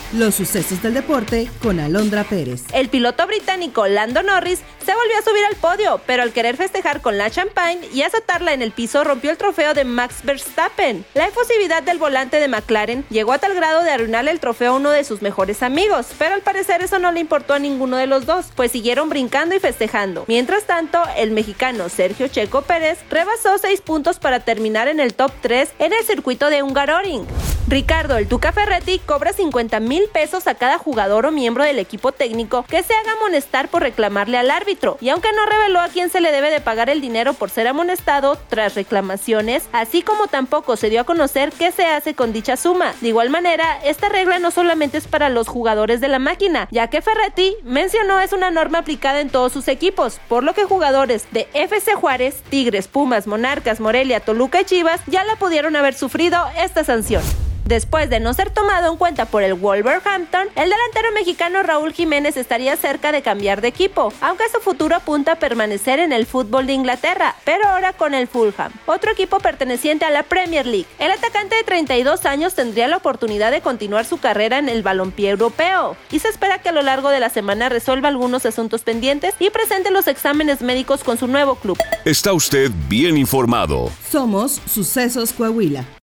Los sucesos del deporte con Alondra Pérez. El piloto británico Lando Norris se volvió a subir al podio, pero al querer festejar con la champagne y azotarla en el piso rompió el trofeo de Max Verstappen. La efusividad del volante de McLaren llegó a tal grado de arruinarle el trofeo a uno de sus mejores amigos, pero al parecer eso no le importó a ninguno de los dos, pues siguieron brincando y festejando. Mientras tanto, el mexicano Sergio Checo Pérez rebasó 6 puntos para terminar en el top 3 en el circuito de Hungaroring. Ricardo el Tuca Ferretti cobra 50,000 pesos a cada jugador o miembro del equipo técnico que se haga amonestar por reclamarle al árbitro, y aunque no reveló a quién se le debe de pagar el dinero por ser amonestado tras reclamaciones, así como tampoco se dio a conocer qué se hace con dicha suma. De igual manera, esta regla no solamente es para los jugadores de la máquina, ya que Ferretti mencionó es una norma aplicada en todos sus equipos, por lo que jugadores de FC Juárez, Tigres, Pumas, Monarcas, Morelia, Toluca y Chivas ya la pudieron haber sufrido esta sanción. Después de no ser tomado en cuenta por el Wolverhampton, el delantero mexicano Raúl Jiménez estaría cerca de cambiar de equipo, aunque su futuro apunta a permanecer en el fútbol de Inglaterra, pero ahora con el Fulham, otro equipo perteneciente a la Premier League. El atacante de 32 años tendría la oportunidad de continuar su carrera en el balompié europeo, y se espera que a lo largo de la semana resuelva algunos asuntos pendientes y presente los exámenes médicos con su nuevo club. Está usted bien informado. Somos Sucesos Coahuila.